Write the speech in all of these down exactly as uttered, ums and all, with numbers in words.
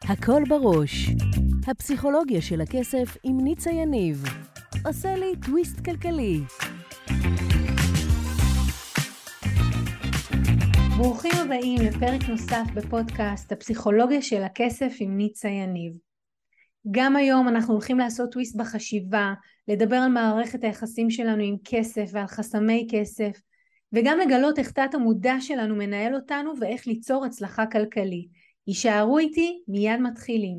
הכל בראש. הפסיכולוגיה של הכסף עם ניצה יניב. עושה לי טוויסט כלכלי. ברוכים הבאים לפרק נוסף בפודקאסט הפסיכולוגיה של הכסף עם ניצה יניב. גם היום אנחנו הולכים לעשות טוויסט בחשיבה, לדבר על מערכת היחסים שלנו עם כסף ועל חסמי כסף, וגם לגלות איך תת המודע שלנו מנהל אותנו ואיך ליצור הצלחה כלכלית. יישארו איתי, מיד מתחילים.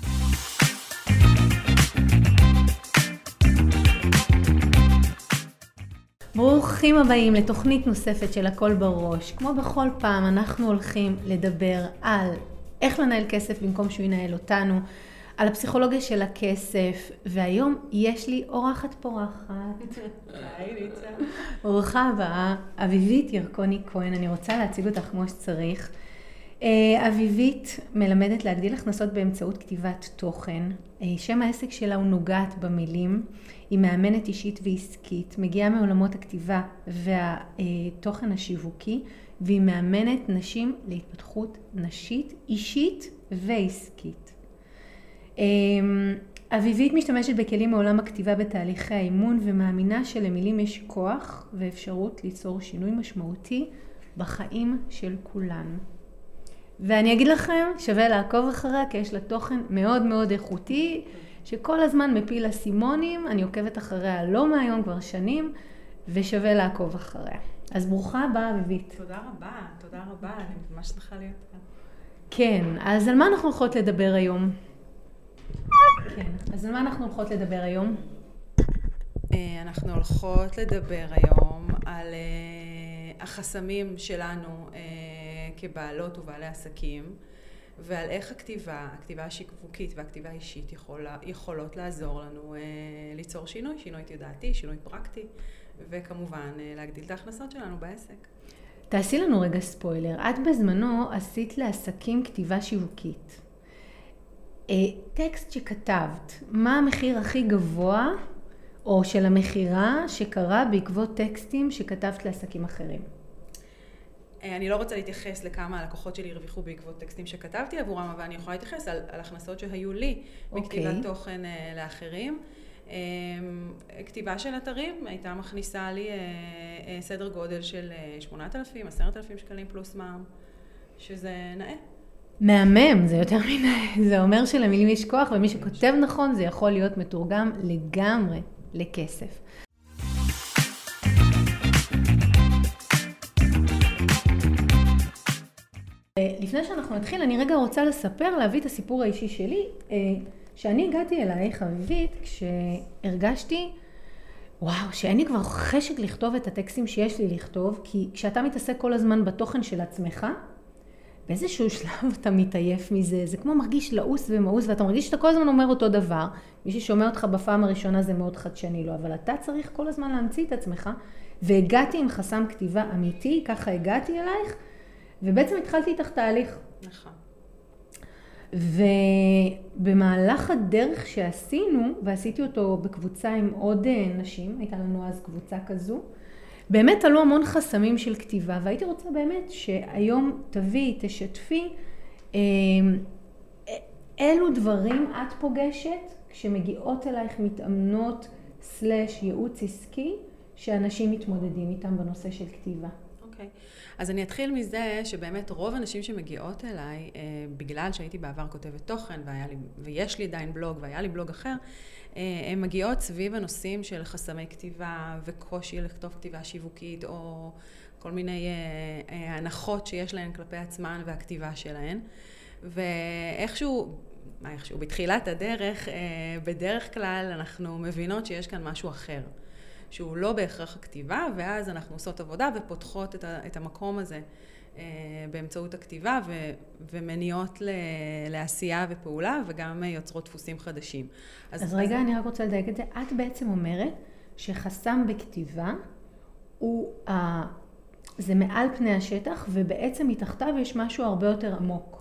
ברוכים הבאים לתוכנית נוספת של הכל בראש. כמו בכל פעם אנחנו הולכים לדבר על איך לנהל כסף במקום שהוא ינהל אותנו, על הפסיכולוגיה של הכסף, והיום יש לי אורחת פורחת. היי ניצה. ברוכה הבאה, אביבית ירקוני כהן, אני רוצה להציג אותך כמו שצריך. אביבית מלמדת להגדיל הכנסות באמצעות כתיבת תוכן. שם העסק שלה הוא נוגעת במילים. היא מאמנת אישית ועסקית, מגיעה מעולמות הכתיבה והתוכן השיווקי, והיא מאמנת נשים להתפתחות נשית, אישית ועסקית. אביבית משתמשת בכלים מעולם הכתיבה בתהליכי האימון, ומאמינה שלמילים יש כוח ואפשרות ליצור שינוי משמעותי בחיים של כולנו. ואני אגיד לכם, שווה לעקוב אחריה, כי יש לה תוכן מאוד מאוד איכותי, שכל הזמן מפיל אסימונים. אני עוקבת אחריה לא מהיום, כבר שנים, ושווה לעקוב אחריה. אז ברוכה הבאה, אביבית. תודה רבה, תודה רבה, אני ממש שמחה להיות כאן. כן, אז על מה אנחנו הולכות לדבר היום? כן, אז על מה אנחנו הולכות לדבר היום? אנחנו הולכות לדבר היום על החסמים שלנו כבעלות ובעלי עסקים, ועל איך הכתיבה, הכתיבה השיווקית והכתיבה האישית יכולה, יכולות לעזור לנו ליצור שינוי, שינוי תודעתי, שינוי פרקטי, וכמובן להגדיל את ההכנסות שלנו בעסק. תעשי לנו רגע ספוילר. את בזמנו עשית לעסקים כתיבה שיווקית. טקסט שכתבת, מה המחיר הכי גבוה או של המחירה שקרה בעקבות טקסטים שכתבת לעסקים אחרים? אני לא רוצה להתייחס לכמה הלקוחות שלי הרוויחו בעקבות טקסטים שכתבתי עבורם, אבל אני יכולה להתייחס על, על הכנסות שהיו לי בכתיבת okay. תוכן uh, לאחרים. Um, כתיבה של אתרים הייתה מכניסה לי uh, uh, סדר גודל של uh, שמונת אלפים, עשרת אלפים שקלים פלוס מע"מ, שזה נאה. מהמם, זה יותר מנאה. זה אומר שלמילים יש כוח, ומי שכותב נכון זה יכול להיות מתורגם לגמרי לכסף. לפני שאנחנו נתחיל, אני רגע רוצה לספר, להביא את הסיפור האישי שלי, שאני הגעתי אלייך, אביבית, כשהרגשתי, וואו, שאין לי כבר חשק לכתוב את הטקסטים שיש לי לכתוב, כי כשאתה מתעסק כל הזמן בתוכן של עצמך, באיזשהו שלב אתה מתעייף מזה, זה כמו מרגיש לעוס ומעוס, ואתה מרגיש שאתה כל הזמן אומר אותו דבר, מי ששומע אותך בפעם הראשונה זה מאוד חדשני לו, אבל אתה צריך כל הזמן להמציא את עצמך, והגעתי עם חסם כתיבה אמיתי, ככה הגעתי אלייך, ובעצם התחלתי איתך תהליך. נכון. ובמהלך הדרך שעשינו, ועשיתי אותו בקבוצה עם עוד נשים, הייתה לנו אז קבוצה כזו, באמת עלו המון חסמים של כתיבה, והייתי רוצה באמת שהיום תביאי, תשתפי, אילו דברים את פוגשת כשמגיעות אלייך מתאמנות סלש ייעוץ עסקי, שאנשים מתמודדים איתם בנושא של כתיבה. אוקיי. אז אני אתחיל מזה שבאמת רוב הנשים שמגיעות אליי, בגלל שהייתי בעבר כותבת תוכן, והיה לי, ויש לי עדיין בלוג, והיה לי בלוג אחר, הן מגיעות סביב הנושאים של חסמי כתיבה וקושי לכתוב כתיבה שיווקית, או כל מיני הנחות שיש להן כלפי עצמן והכתיבה שלהן. ואיכשהו, מה איכשהו, בתחילת הדרך, בדרך כלל אנחנו מבינות שיש כאן משהו אחר. שהוא לא בהכרח הכתיבה, ואז אנחנו עושות עבודה ופותחות את, ה, את המקום הזה אה, באמצעות הכתיבה ו, ומניעות ל, לעשייה ופעולה, וגם יוצרות דפוסים חדשים. אז, אז רגע, אז... אני רק רוצה לדייק את זה. את בעצם אומרת שחסם בכתיבה הוא, ה... זה מעל פני השטח, ובעצם מתחתיו יש משהו הרבה יותר עמוק.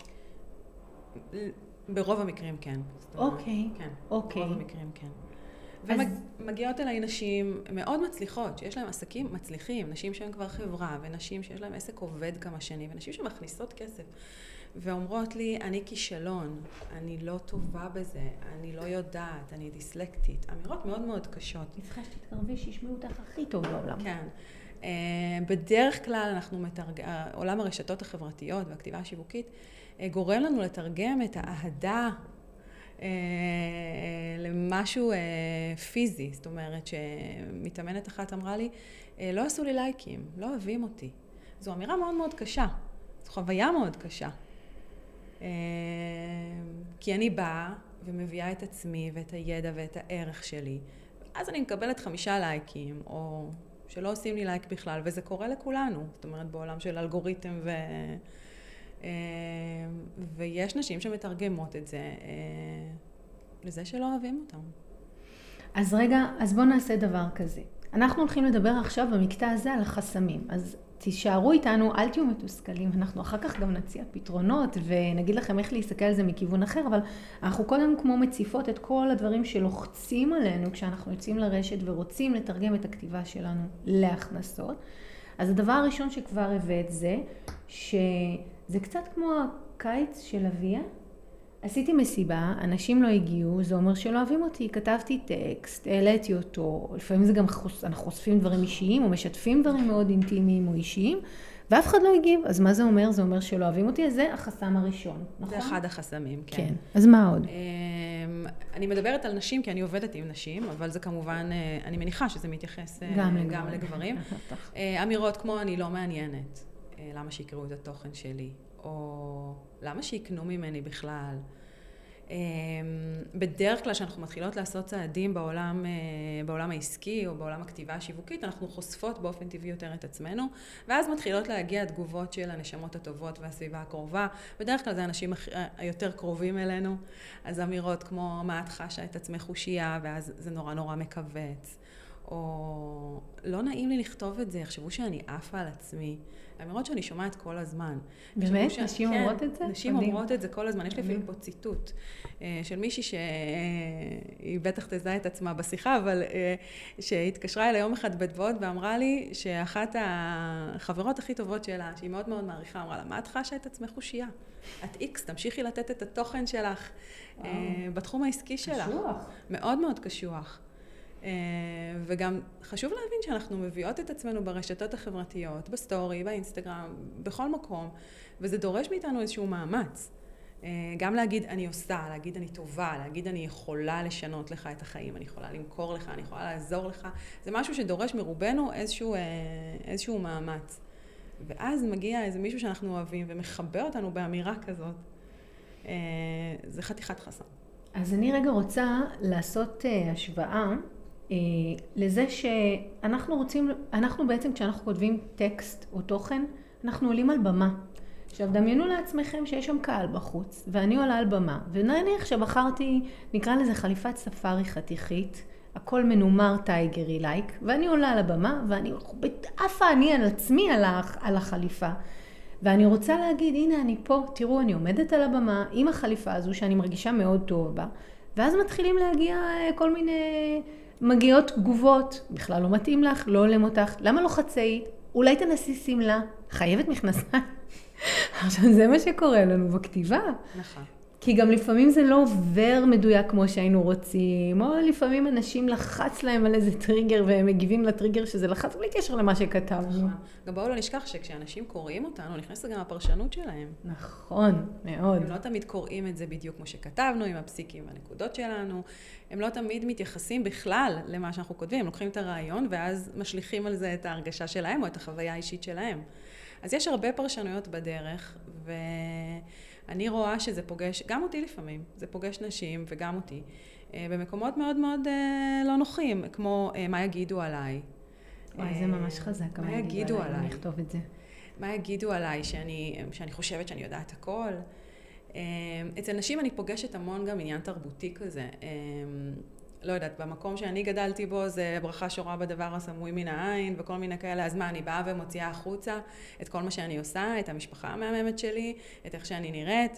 ברוב המקרים כן. אוקיי, כן, אוקיי. ברוב המקרים כן. ומגיעות אליי נשים מאוד מצליחות, שיש להם עסקים מצליחים, נשים שהן כבר חברה, ונשים שיש להם עסק עובד כמה שנים, ונשים שמכניסות כסף. ואומרות לי, אני כישלון, אני לא טובה בזה, אני לא יודעת, אני דיסלקטית. אמירות מאוד מאוד קשות. אני צריכה שתתקרבי, שישמעו אותך הכי טוב בעולם. כן. בדרך כלל אנחנו מתרג... עולם הרשתות החברתיות והכתיבה השיווקית גורם לנו לתרגם את האהדה למשהו פיזי. זאת אומרת שמתאמנת אחת אמרה לי, לא עשו לי לייקים, לא אוהבים אותי. זו אמירה מאוד מאוד קשה. זו חוויה מאוד קשה. כי אני באה ומביאה את עצמי ואת הידע ואת הערך שלי. אז אני מקבלת חמישה לייקים, או שלא עושים לי לייק בכלל, וזה קורה לכולנו. זאת אומרת, בעולם של אלגוריתם ו... ויש נשים שמתרגמות את זה לזה שלא אוהבים אותם. אז רגע, אז בואו נעשה דבר כזה. אנחנו הולכים לדבר עכשיו במקטע הזה על החסמים. אז תישארו איתנו, אל תהיו מתוסכלים. אנחנו אחר כך גם נציע פתרונות ונגיד לכם איך להסתכל על זה מכיוון אחר, אבל אנחנו קודם כמו מציפות את כל הדברים שלוחצים עלינו כשאנחנו יוצאים לרשת ורוצים לתרגם את הכתיבה שלנו להכנסות. אז הדבר הראשון שכבר הבאת זה, שזה קצת כמו הקיץ של אביה. עשיתי מסיבה, אנשים לא הגיעו, זה אומר שלא אוהבים אותי, כתבתי טקסט, העליתי אותו, לפעמים זה גם חוש... אנחנו חושפים דברים אישיים או משתפים דברים מאוד אינטימיים או אישיים, ואף אחד לא הגיב. אז מה זה אומר? זה אומר שלא אוהבים אותי, אז זה החסם הראשון, נכון? זה אחד החסמים, כן. כן. אז מה עוד? אני מדברת על נשים כי אני עובדת עם נשים, אבל זה כמובן, אני מניחה שזה מתייחס גם, גם לגברים. אמירות כמו אני לא מעניינת, למה שיקראו את התוכן שלי, או למה שיקנו ממני בכלל. בדרך כלל כשאנחנו מתחילות לעשות צעדים בעולם, בעולם העסקי או בעולם הכתיבה השיווקית, אנחנו חושפות באופן טבעי יותר את עצמנו, ואז מתחילות להגיע התגובות של הנשמות הטובות והסביבה הקרובה. בדרך כלל זה האנשים היותר קרובים אלינו, אז אמירות כמו מה את חשה את עצמך חושייה, ואז זה נורא נורא מכווץ. או לא נעים לי לכתוב את זה, יחשבו שאני עפה על עצמי. האמירות שאני שומעת כל הזמן. באמת? ש... נשים כן, אומרות את זה? נשים מדהים. אומרות את זה כל הזמן. יש לי אפילו פה ציטוט של מישהי שהיא בטח תזהה את עצמה בשיחה, אבל שהתקשרה אליי יום אחד בדבעות ואמרה לי שאחת החברות הכי טובות שלה, שהיא מאוד מאוד מעריכה, אמרה לה, מה את חשה את עצמך חושייה? את איקס, תמשיכי לתת את התוכן שלך וואו. בתחום העסקי שלך. קשוח. מאוד מאוד קשוח. וגם חשוב להבין שאנחנו מביאות את עצמנו ברשתות החברתיות, בסטורי, באינסטגרם, בכל מקום, וזה דורש מאיתנו איזשהו מאמץ. גם להגיד אני עושה, להגיד אני טובה, להגיד אני יכולה לשנות לך את החיים, אני יכולה למכור לך, אני יכולה לעזור לך. זה משהו שדורש מרובנו איזשהו, איזשהו מאמץ. ואז מגיע איזה מישהו שאנחנו אוהבים ומחבר אותנו באמירה כזאת. זה חתיכת חסם. אז אני רגע רוצה לעשות השוואה לזה שאנחנו רוצים, אנחנו בעצם כשאנחנו כותבים טקסט או תוכן, אנחנו עולים על במה. עכשיו דמיינו לעצמכם שיש שם קהל בחוץ, ואני עולה על במה, ונניח שבחרתי, נקרא לזה חליפת ספארי חתיכית, הכל מנומר טייגרי לייק, ואני עולה על הבמה, ואני עפה אני על עצמי על, על החליפה. ואני רוצה להגיד, הנה אני פה, תראו, אני עומדת על הבמה עם החליפה הזו שאני מרגישה מאוד טוב בה, ואז מתחילים להגיע כל מיני מגיעות תגובות, בכלל לא מתאים לך, לא עולם אותך, למה לא חצאית? אולי תנסי סמלה, חייבת מכנסיים. עכשיו זה מה שקורה לנו בכתיבה. נכון. כי גם לפעמים זה לא עובר מדויק כמו שהיינו רוצים, או לפעמים אנשים לחץ להם על איזה טריגר והם מגיבים לטריגר שזה לחץ בלי קשר למה שכתבנו. נכון. גם בואו לא נשכח שכשאנשים קוראים אותנו, נכנסת גם הפרשנות שלהם. נכון, מאוד. הם לא תמיד קוראים את זה בדיוק כמו שכתבנו, עם הפסיקים והנקודות שלנו. הם לא תמיד מתייחסים בכלל למה שאנחנו כותבים. הם לוקחים את הרעיון ואז משליכים על זה את ההרגשה שלהם או את החוויה האישית שלהם. אז יש הרבה פרשנויות בדרך, ואני רואה שזה פוגש, גם אותי לפעמים, זה פוגש נשים וגם אותי, במקומות מאוד מאוד לא נוחים, כמו מה יגידו עליי. וואי, זה ממש חזק, מה יגידו עליי. אני אכתוב את זה. מה יגידו עליי, שאני, שאני חושבת שאני יודעת הכל. אצל נשים אני פוגשת המון גם עניין תרבותי כזה. לא יודעת, במקום שאני גדלתי בו זה ברכה שורה בדבר הסמוי מן העין וכל מיני כאלה, אז מה, אני באה ומוציאה החוצה את כל מה שאני עושה, את המשפחה המהממת שלי, את איך שאני נראית,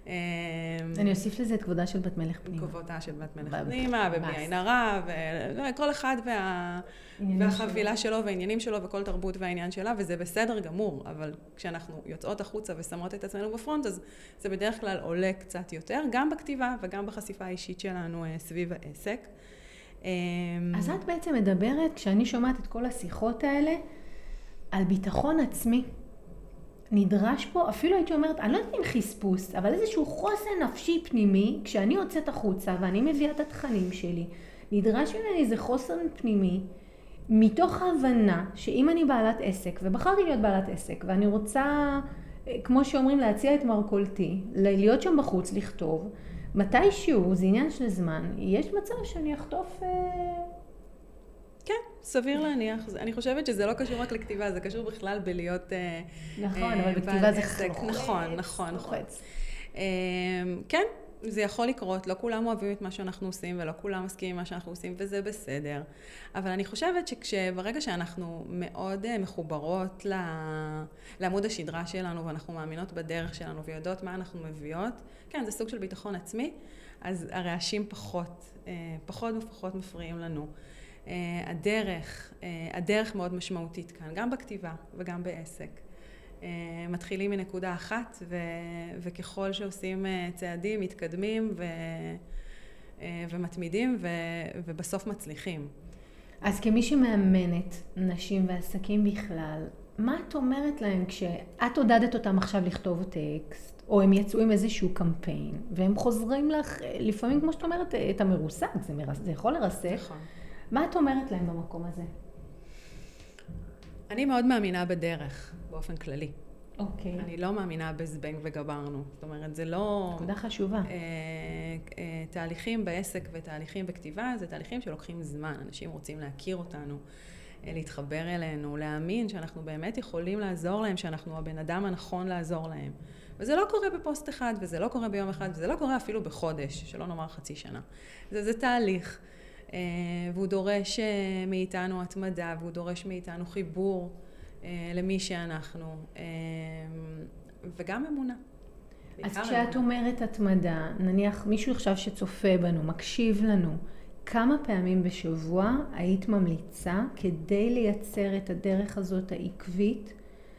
אני אוסיף לזה את כבודה של בת מלך פנימה. כבודה של בת מלך פנימה, ובלי עין הרע, וכל אחד והחבילה שלו, והעניינים שלו, וכל תרבות והעניין שלה, וזה בסדר גמור, אבל כשאנחנו יוצאות החוצה ושמות את עצמנו בפרונט, אז זה בדרך כלל עולה קצת יותר, גם בכתיבה וגם בחשיפה האישית שלנו סביב העסק. אז את בעצם מדברת, כשאני שומעת את כל השיחות האלה, על ביטחון עצמי. נדרש פה, אפילו הייתי אומרת, אני לא יודעת אם חספוס, אבל איזשהו חוסן נפשי פנימי, כשאני יוצאת החוצה ואני מביאה את התכנים שלי, נדרש ממני איזה חוסן פנימי, מתוך ההבנה שאם אני בעלת עסק, ובחרתי להיות בעלת עסק, ואני רוצה, כמו שאומרים, להציע את מרכולתי, להיות שם בחוץ, לכתוב, מתישהו, זה עניין של זמן, יש מצב שאני אחטוף... כן, סביר להניח. אני חושבת שזה לא קשור רק לכתיבה, זה קשור בכלל בלהיות... נכון, אבל בכתיבה זה חלוחץ. נכון, נכון, נכון. כן, זה יכול לקרות, לא כולם אוהבים את מה שאנחנו עושים, ולא כולם מסכימים עם מה שאנחנו עושים, וזה בסדר. אבל אני חושבת שברגע שאנחנו מאוד מחוברות לעמוד השדרה שלנו, ואנחנו מאמינות בדרך שלנו, ויודעות מה אנחנו מביאות, כן, זה סוג של ביטחון עצמי, אז הרעשים פחות, פחות ופחות מפריעים לנו. Uh, הדרך, uh, הדרך מאוד משמעותית כאן, גם בכתיבה וגם בעסק. Uh, מתחילים מנקודה אחת, ו- וככל שעושים uh, צעדים, מתקדמים ו- uh, ומתמידים, ו- ובסוף מצליחים. אז כמי שמאמנת נשים ועסקים בכלל, מה את אומרת להם כשאת עודדת אותם עכשיו לכתוב טקסט, או הם יצאו עם איזשהו קמפיין, והם חוזרים לך, לפעמים כמו שאת אומרת, את המרוסק, זה, מרס- זה יכול לרסק. נכון. מה את אומרת להם במקום הזה? אני מאוד מאמינה בדרך, באופן כללי. אוקיי. אני לא מאמינה בזבנג וגברנו. זאת אומרת, זה לא... נקודה חשובה. אה, אה, תהליכים בעסק ותהליכים בכתיבה, זה תהליכים שלוקחים זמן. אנשים רוצים להכיר אותנו, אה, להתחבר אלינו, להאמין שאנחנו באמת יכולים לעזור להם, שאנחנו הבן אדם הנכון לעזור להם. וזה לא קורה בפוסט אחד, וזה לא קורה ביום אחד, וזה לא קורה אפילו בחודש, שלא נאמר חצי שנה. זה, זה תהליך. Uh, והוא דורש uh, מאיתנו התמדה, והוא דורש מאיתנו חיבור uh, למי שאנחנו, uh, וגם אמונה. אז כשאת אומרת התמדה, נניח מישהו עכשיו שצופה בנו, מקשיב לנו, כמה פעמים בשבוע היית ממליצה כדי לייצר את הדרך הזאת העקבית?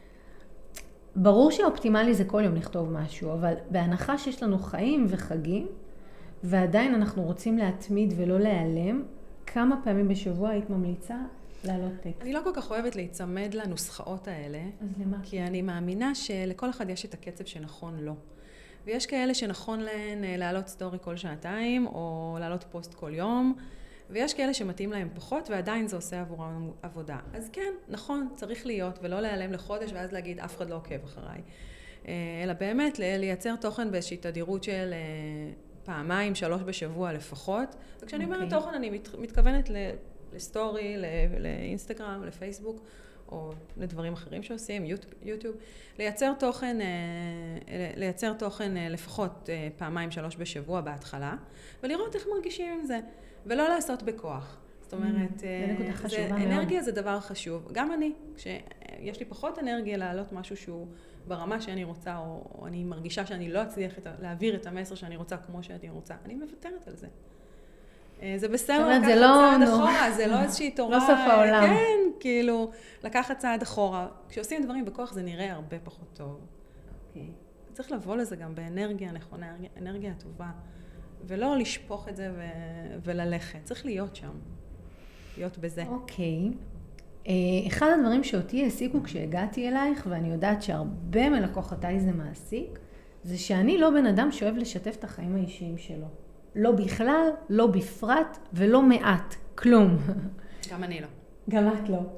ברור שהאופטימלי זה כל יום לכתוב משהו, אבל בהנחה שיש לנו חיים וחגים, ועדיין אנחנו רוצים להתמיד ולא להיעלם, כמה פעמים בשבוע היית ממליצה לעלות טקסט? אני לא כל כך אוהבת להיצמד לנוסחאות האלה. אז למה? כי אני מאמינה שלכל אחד יש את הקצב שנכון לו. ויש כאלה שנכון להן לעלות סטורי כל שעתיים, או לעלות פוסט כל יום, ויש כאלה שמתאים להם פחות, ועדיין זה עושה עבורם עבודה. אז כן, נכון, צריך להיות, ולא להיעלם לחודש, ואז להגיד, אף אחד לא עוקב אחריי. אלא באמת, לייצר תוכן באיזושהי תדירות של... פעמיים, שלוש בשבוע לפחות. וכשאני אומרת okay. תוכן, אני מת, מתכוונת ל, לסטורי, ל, לאינסטגרם, לפייסבוק, או לדברים אחרים שעושים, יוטיוב, יוטיוב. לייצר תוכן, לייצר תוכן לפחות פעמיים, שלוש בשבוע בהתחלה, ולראות איך מרגישים עם זה, ולא לעשות בכוח. זאת אומרת, mm, זה, זה, אנרגיה זה דבר חשוב. גם אני, כשיש לי פחות אנרגיה להעלות משהו שהוא ברמה שאני רוצה, או, או אני מרגישה שאני לא אצליח את, להעביר את המסר שאני רוצה כמו שאני רוצה, אני מוותרת על זה. זה בסדר לקחת צעד אחורה, זה לא איזושהי תורה. לא סוף העולם. כן, כאילו, לקחת צעד אחורה. כשעושים דברים בכוח זה נראה הרבה פחות טוב. אוקיי. צריך לבוא לזה גם באנרגיה נכונה, אנרגיה טובה, ולא לשפוך את זה וללכת. צריך להיות שם, להיות בזה. אוקיי. אחד הדברים שאותי העסיקו כשהגעתי אלייך, ואני יודעת שהרבה מלקוחותיי זה מעסיק, זה שאני לא בן אדם שאוהב לשתף את החיים האישיים שלו. לא בכלל, לא בפרט ולא מעט, כלום. גם אני לא. גם את לא.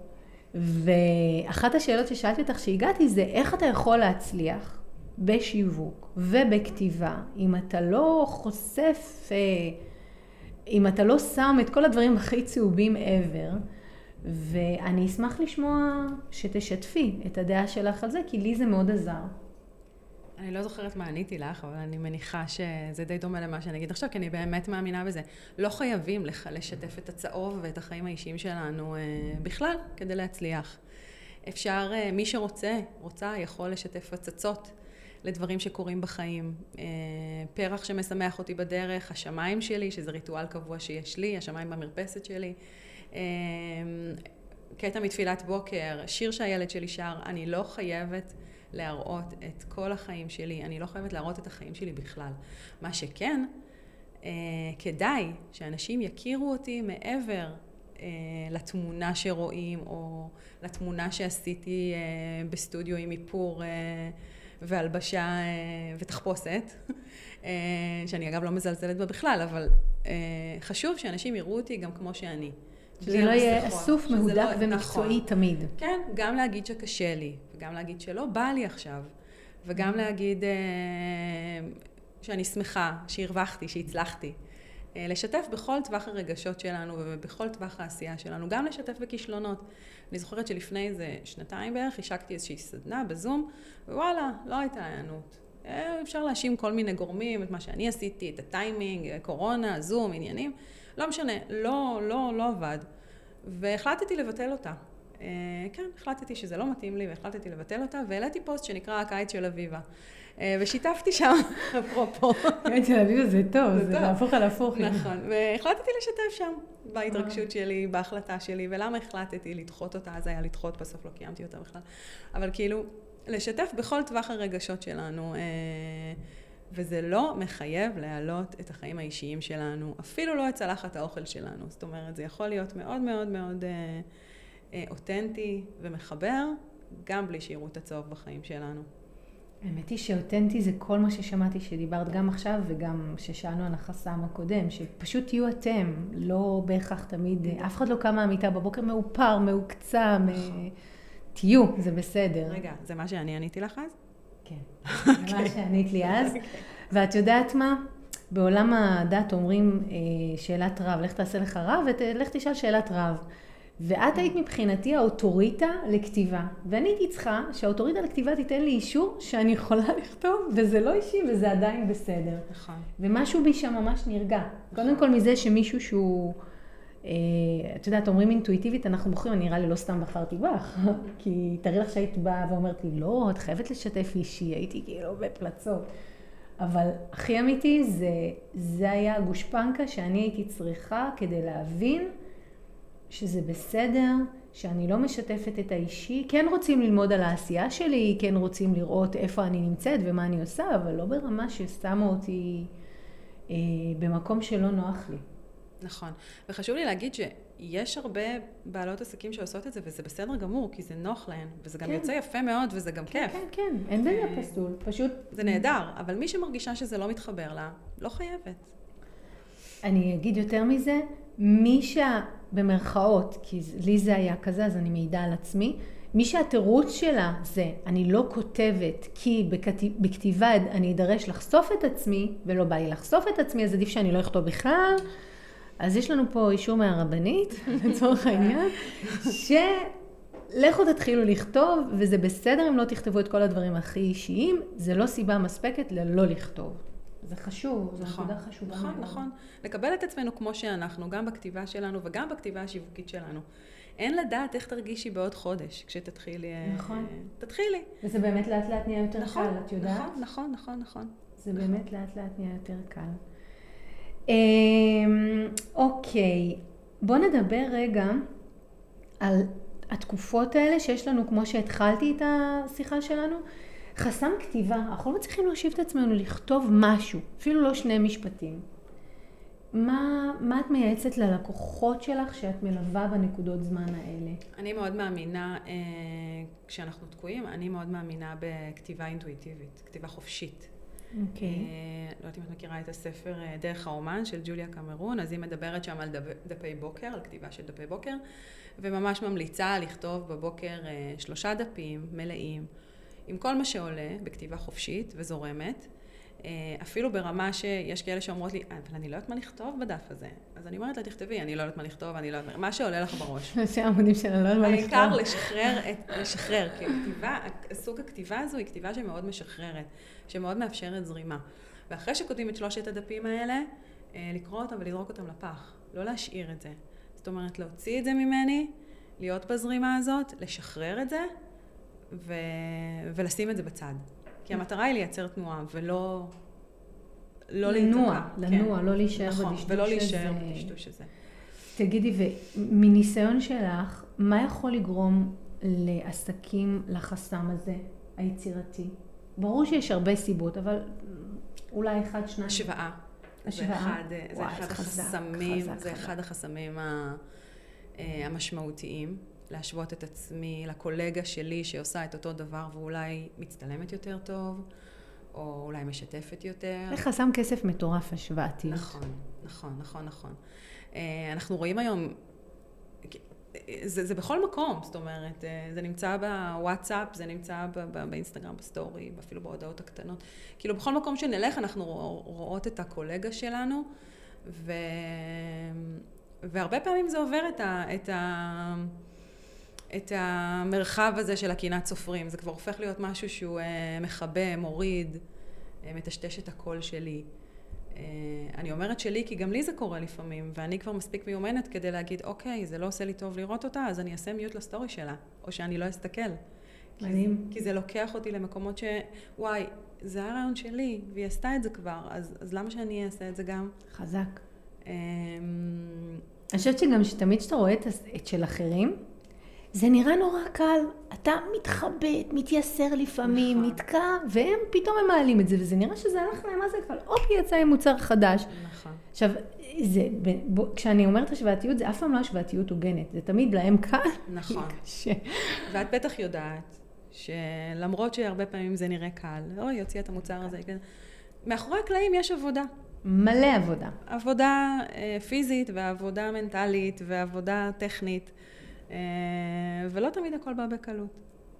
ואחת השאלות ששאלתי אותך שהגעתי זה איך אתה יכול להצליח בשיווק ובכתיבה, אם אתה לא חושף, אם אתה לא שם את כל הדברים הכי צהובים ever, ואני אשמח לשמוע שתשתפי את הדעה שלך על זה, כי לי זה מאוד עזר. אני לא זוכרת מה עניתי לך, אבל אני מניחה שזה די דומה למה שאני אגיד עכשיו, כי אני באמת מאמינה בזה. לא חייבים לשתף את הצהוב ואת החיים האישיים שלנו בכלל, כדי להצליח. אפשר, מי שרוצה, רוצה, יכול לשתף הצצות לדברים שקורים בחיים. פרח שמשמח אותי בדרך, השמיים שלי, שזה ריטואל קבוע שיש לי, השמיים במרפסת שלי. קטע מתפילת בוקר, שיר שהילד שלי שר, אני לא חייבת להראות את כל החיים שלי, אני לא חייבת להראות את החיים שלי בכלל. מה שכן, כדאי שאנשים יכירו אותי מעבר לתמונה שרואים, או לתמונה שעשיתי בסטודיו עם איפור והלבשה ותחפושת, שאני אגב לא מזלזלת בה בכלל, אבל חשוב שאנשים יראו אותי גם כמו שאני. שזה לא יהיה אסוף, מהודק ומקצועי תמיד. כן, גם להגיד שקשה לי, וגם להגיד שלא בא לי עכשיו, וגם להגיד שאני שמחה, שהרווחתי, שהצלחתי. לשתף בכל טווח הרגשות שלנו ובכל טווח העשייה שלנו, גם לשתף בכישלונות. אני זוכרת שלפני איזה שנתיים בערך השקתי איזושהי סדנה בזום, ווואלה, לא הייתה הענות. אפשר להאשים כל מיני גורמים, את מה שאני עשיתי, את הטיימינג, קורונה, זום, עניינים. לא משנה, לא, לא, לא עבד. והחלטתי לבטל אותה. כן, החלטתי שזה לא מתאים לי, והחלטתי לבטל אותה, והעליתי פוסט שנקרא הקיץ של אביבה. ושיתפתי שם, אפרופו. הקיץ של אביבה זה טוב, זה להפוך על הפוך. נכון, והחלטתי לשתף שם, בהתרגשות שלי, בהחלטה שלי, ולמה החלטתי לדחות אותה, אז היה לדחות, בסוף לא קיימתי אותה בכלל. אבל כאילו, לשתף בכל טווח הרגשות שלנו, וזה לא מחייב להעלות את החיים האישיים שלנו, אפילו לא את צלחת האוכל שלנו. זאת אומרת, זה יכול להיות מאוד מאוד מאוד אה, אה, אותנטי ומחבר, גם בלי שיראו את הצהוב בחיים שלנו. האמת היא שאותנטי זה כל מה ששמעתי שדיברת גם עכשיו, וגם ששאלנו על החסם הקודם, שפשוט תהיו אתם, לא בהכרח תמיד, אף אחד לא קם מהמיטה בבוקר מאופר, מעוקצה, מ... תהיו, זה בסדר. רגע, זה מה שאני עניתי לך אז? כן, זה מה שענית לי אז. ואת יודעת מה? בעולם הדת אומרים שאלת רב, לך תעשה לך רב ולך תשאל שאלת רב. ואת היית מבחינתי האוטוריטה לכתיבה. ואני הייתי צריכה שהאוטוריטה לכתיבה תיתן לי אישור שאני יכולה לכתוב, וזה לא אישי וזה עדיין בסדר. נכון. ומשהו בי שם ממש נרגע. קודם כל מזה שמישהו שהוא... את יודעת, אומרים אינטואיטיבית, אנחנו בוחרים, אני נראה לי לא סתם בחרתי בך, כי תראי לך שהיית באה ואומרת לי, לא, את חייבת לשתף אישי, הייתי כאילו בפלצות. אבל הכי אמיתי, זה, זה היה הגושפנקה שאני הייתי צריכה כדי להבין שזה בסדר, שאני לא משתפת את האישי, כן רוצים ללמוד על העשייה שלי, כן רוצים לראות איפה אני נמצאת ומה אני עושה, אבל לא ברמה ששמה אותי אה, במקום שלא נוח לי. נכון. וחשוב לי להגיד שיש הרבה בעלות עסקים שעושות את זה, וזה בסדר גמור, כי זה נוח להן, וזה גם כן. יוצא יפה מאוד, וזה גם כן, כיף. כן, כן, אין בזה פסול, פשוט... זה נהדר, אבל מי שמרגישה שזה לא מתחבר לה, לא חייבת. אני אגיד יותר מזה, מי שבמרכאות, כי לי זה היה כזה, אז אני מעידה על עצמי, מי שהתירוץ שלה זה, אני לא כותבת, כי בכתיבה אני אדרש לחשוף את עצמי, ולא בא לי לחשוף את עצמי, אז עדיף שאני לא אכתוב בכלל, אז יש לנו פה אישור מהרבנית, לצורך העניין, שלכו תתחילו לכתוב, וזה בסדר אם לא תכתבו את כל הדברים הכי אישיים, זה לא סיבה מספקת ללא לכתוב. זה חשוב, זו נקודה חשובה. נכון, נכון. לקבל את עצמנו כמו שאנחנו, גם בכתיבה שלנו וגם בכתיבה השיווקית שלנו. אין לדעת איך תרגישי בעוד חודש, כשתתחילי... נכון. תתחילי. וזה באמת לאט לאט נהיה יותר נכון, קל, את יודעת? נכון, נכון, נכון, נכון. זה באמת לאט לאט נהיה יותר קל. אוקיי, בוא נדבר רגע על התקופות האלה שיש לנו, כמו שהתחלתי את השיחה שלנו, חסם כתיבה. אנחנו לא צריכים להושיב את עצמנו לכתוב משהו, אפילו לא שני משפטים. מה, מה את מייעצת ללקוחות שלך שאת מלווה בנקודות זמן האלה? אני מאוד מאמינה, אה, כשאנחנו תקועים, אני מאוד מאמינה בכתיבה אינטואיטיבית, כתיבה חופשית. אוקיי. אה, לא יודעת אם את מכירה את הספר דרך האומן של ג'וליה קמרון, אז היא מדברת שם על דפ, דפי בוקר, על כתיבה של דפי בוקר, וממש ממליצה לכתוב בבוקר אה, שלושה דפים מלאים, עם כל מה שעולה בכתיבה חופשית וזורמת, אפילו ברמה שיש כאלה שאומרות לי, אבל אני לא יודעת מה לכתוב בדף הזה. אז אני אומרת לה, תכתבי, אני לא יודעת מה לכתוב, אני לא יודעת מה שעולה לך בראש. זה העמודים שלה, לא יודעת מה לכתוב. העיקר לשחרר, לשחרר, כי כתיבה, סוג הכתיבה הזו היא כתיבה שמאוד משחררת, שמאוד מאפשרת זרימה. ואחרי שכותבים את שלושת הדפים האלה, לקרוא אותם ולזרוק אותם לפח, לא להשאיר את זה. זאת אומרת, להוציא את זה ממני, להיות בזרימה הזאת, לשחרר את זה, ו... ולשים את זה בצד. כי המטרה היא לייצר תנועה, ולא... לא לנוע, להתקע. לנוע, כן. לא להישאר נכון, בדשדוש ולא הזה. להישאר בדשדוש הזה. תגידי, ומניסיון שלך, מה יכול לגרום לעסקים לחסם הזה, היצירתי? ברור שיש הרבה סיבות, אבל אולי אחד, שניים. השוואה. השוואה. זה אחד, וואי, זה אחד זה חזק, החסמים, חזק, זה חזק. אחד החסמים ה- אה, המשמעותיים. להשוות את עצמי לקולגה שלי שעושה את אותו דבר ואולי מצטלמת יותר טוב, או אולי משתפת יותר. זה חסם כסף מטורף, השוואתיות. נכון, נכון, נכון, נכון. אה, אנחנו רואים היום, זה, זה בכל מקום, זאת אומרת, אה, זה נמצא בוואטסאפ, זה נמצא ב- ב- באינסטגרם, בסטורי, אפילו בהודעות הקטנות. כאילו בכל מקום שנלך אנחנו רואות את הקולגה שלנו, ו... והרבה פעמים זה עובר את ה... את ה... את המרחב הזה של הקינת סופרים. זה כבר הופך להיות משהו שהוא אה, מחבא, מוריד, אה, מטשטש את הקול שלי. אה, אני אומרת שלי כי גם לי זה קורה לפעמים, ואני כבר מספיק מיומנת כדי להגיד, אוקיי, זה לא עושה לי טוב לראות אותה, אז אני אעשה מיוט לסטורי שלה, או שאני לא אסתכל. מדהים. כי, כי זה לוקח אותי למקומות ש... וואי, זה הרעיון שלי, והיא עשתה את זה כבר, אז, אז למה שאני אעשה את זה גם? חזק. אה, אני חושבת שגם שתמיד שאתה רואה את, את של אחרים, זה נראה נורא קל, אתה מתחבט, מתייסר לפעמים, נכון. נתקע, והם פתאום הם מעלים את זה, וזה נראה שזה הלך להם, מה זה קל? אופ, יצא עם מוצר חדש. נכון. עכשיו, זה, בוא, כשאני אומרת השוואתיות, זה אף פעם לא השוואתיות הוגנת, זה תמיד להם קל, נכון. קשה. ואת בטח יודעת שלמרות שהרבה פעמים זה נראה קל, אוי, יוציא את המוצר הזה. מאחורי הקלעים יש עבודה. מלא עבודה. עבודה אה, פיזית ועבודה מנטלית ועבודה טכנית. ולא תמיד הכל בא בקלות.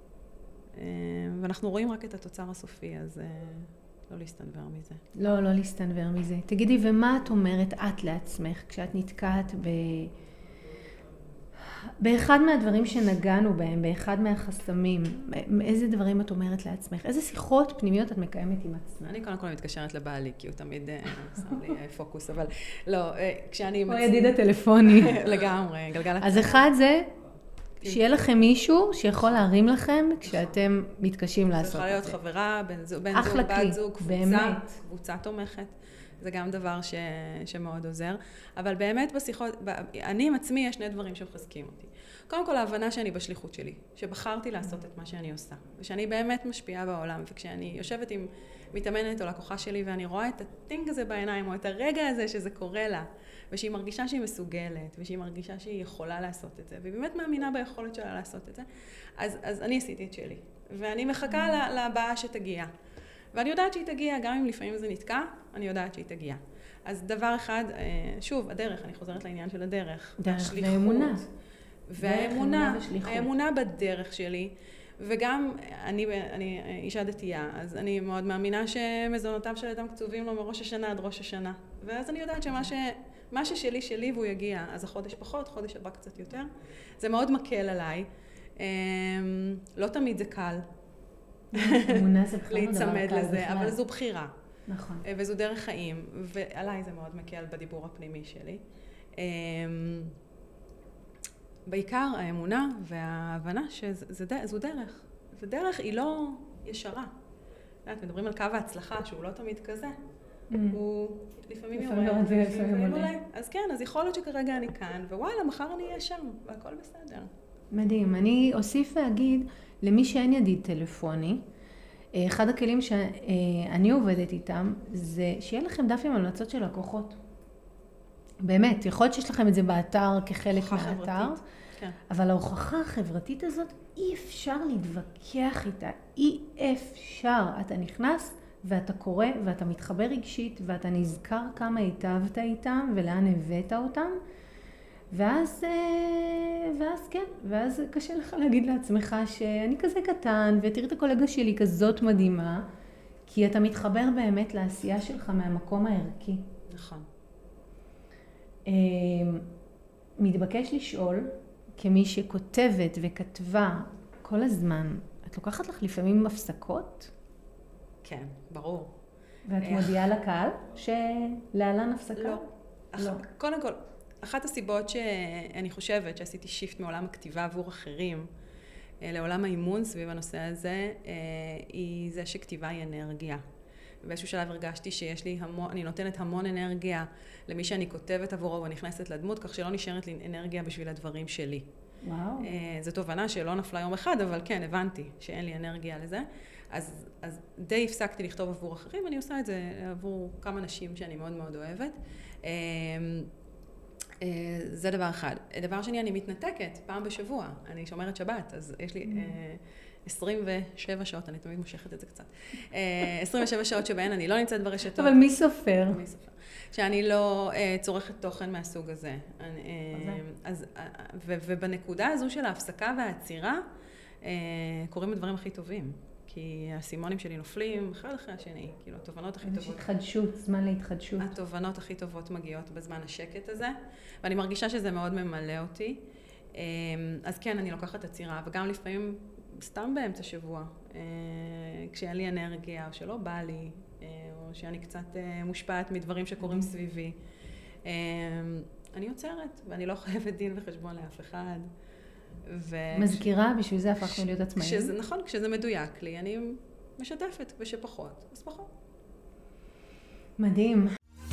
ואנחנו רואים רק את התוצר הסופי, אז לא להסתנבר מזה. לא, לא להסתנבר מזה. תגידי, ומה את אומרת את לעצמך כשאת נתקעת ב... באחד מהדברים שנגענו בהם, באחד מהחסמים, איזה דברים את אומרת לעצמך? איזה שיחות פנימיות את מקיימת עם עצמך? אני קודם כל מתקשרת לבעלי, כי הוא תמיד שם לי פוקוס, אבל לא, כשאני... או ידיד הטלפוני. לגמרי, גלגל הצעה. אז אחד זה, שיהיה לכם מישהו שיכול להרים לכם כשאתם מתקשים לעשות את זה. צריכה להיות חברה, בן זוג, בת זוג, קבוצה, קבוצה תומכת. זה גם דבר ש... שמאוד עוזר. אבל באמת בשיחות, אני עם עצמי יש שני דברים שמחזקים אותי. קודם כל, ההבנה שאני בשליחות שלי, שבחרתי לעשות את מה שאני עושה, ושאני באמת משפיעה בעולם, וכשאני יושבת עם מתאמנת או לקוחה שלי, ואני רואה את הטינג הזה בעיניים, או את הרגע הזה שזה קורה לה, ושהיא מרגישה שהיא מסוגלת, ושהיא מרגישה שהיא יכולה לעשות את זה, והיא באמת מאמינה ביכולת שלה לעשות את זה, אז, אז אני עשיתי את שלי. ואני מחכה לבאה שתגיע. ואני יודעת שהיא תגיע, גם אם לפעמים זה נתקע, אני יודעת שהיא תגיע. אז דבר אחד, שוב, הדרך, אני חוזרת לעניין של הדרך. דרך ואמונה. והאמונה, האמונה בדרך שלי, וגם אני, אני אישה דתייה, אז אני מאוד מאמינה שמזונותיו של אדם קצובים לו מראש השנה עד ראש השנה. ואז אני יודעת שמה ש, מה ששלי שלי והוא יגיע, אז החודש פחות, חודש הבא קצת יותר. זה מאוד מקל עליי. לא תמיד זה קל. אמונה זה בכלל לא דבר קל להיצמד לזה, בכלל. אבל זו בחירה. נכון. וזו דרך חיים, ועליי זה מאוד מקל בדיבור הפנימי שלי. בעיקר האמונה וההבנה שזו דרך. ודרך היא לא ישרה. מדברים על קו ההצלחה, שהוא לא תמיד כזה. הוא לפעמים יורד ולפעמים עולה. אז כן, אז יכול להיות שכרגע אני כאן, ווואלה, מחר אני אהיה שם, והכל בסדר. מדהים. אני אוסיף ואגיד, למי שאין ידיד טלפוני, אחד הכלים שאני עובדת איתם, זה שיהיה לכם דף עם המלצות של לקוחות. באמת, יכול להיות שיש לכם את זה באתר כחלק מהאתר, כן. אבל ההוכחה החברתית הזאת, אי אפשר להתווכח איתה, אי אפשר. אתה נכנס ואתה קורא ואתה מתחבר רגשית ואתה נזכר כמה היטבת איתם ולאן הבאת אותם, ואז, ואז כן, ואז קשה לך להגיד לעצמך שאני כזה קטן, ותראי את הקולגה שלי כזאת מדהימה, כי אתה מתחבר באמת לעשייה שלך מהמקום הערכי. נכון. מתבקש לשאול, כמי שכותבת וכתבה כל הזמן, את לוקחת לך לפעמים הפסקות? כן, ברור. ואת מודיעה לקהל שלהלן הפסקה? לא. לא. קודם כל, אחת הסיבות שאני חושבת שעשיתי שיפט מעולם הכתיבה עבור אחרים, לעולם האימון סביב הנושא הזה, היא זה שכתיבה היא אנרגיה. באיזשהו שלב הרגשתי שיש לי המון, אני נותנת המון אנרגיה למי שאני כותבת עבורו ונכנסת לדמות, כך שלא נשארת לי אנרגיה בשביל הדברים שלי. וואו. זו תובנה שלא נפלה יום אחד, אבל כן, הבנתי שאין לי אנרגיה לזה. אז, אז די הפסקתי לכתוב עבור אחרים, אני עושה את זה עבור כמה נשים שאני מאוד מאוד אוהבת. זה דבר אחד. דבר שני, אני מתנתקת פעם בשבוע. אני שומרת שבת, אז יש לי עשרים ושבע שעות, אני תמיד מושכת את זה קצת. עשרים ושבע שעות שבהן אני לא נמצאת ברשתות. אבל מי סופר? מי סופר? שאני לא צורכת תוכן מהסוג הזה. אז, ובנקודה הזו של ההפסקה והעצירה, קורים הדברים הכי טובים. כי הסימונים שלי נופלים אחד אחרי השני, כאילו התובנות הכי טובות. יש התחדשות, זמן להתחדשות. התובנות הכי טובות מגיעות בזמן השקט הזה, ואני מרגישה שזה מאוד ממלא אותי. אז כן, אני לוקחת עצירה, וגם לפעמים סתם באמצע שבוע, כשאין לי אנרגיה, או שלא בא לי, או שאני קצת מושפעת מדברים שקורים סביבי. אני עוצרת, ואני לא חייבת דין וחשבון לאף אחד. ו... מזכירה, בשביל זה הפכנו להיות עצמאים. כשזה, נכון, כשזה מדויק לי, אני משתפת, ושפחות, אז פחות. מדהים.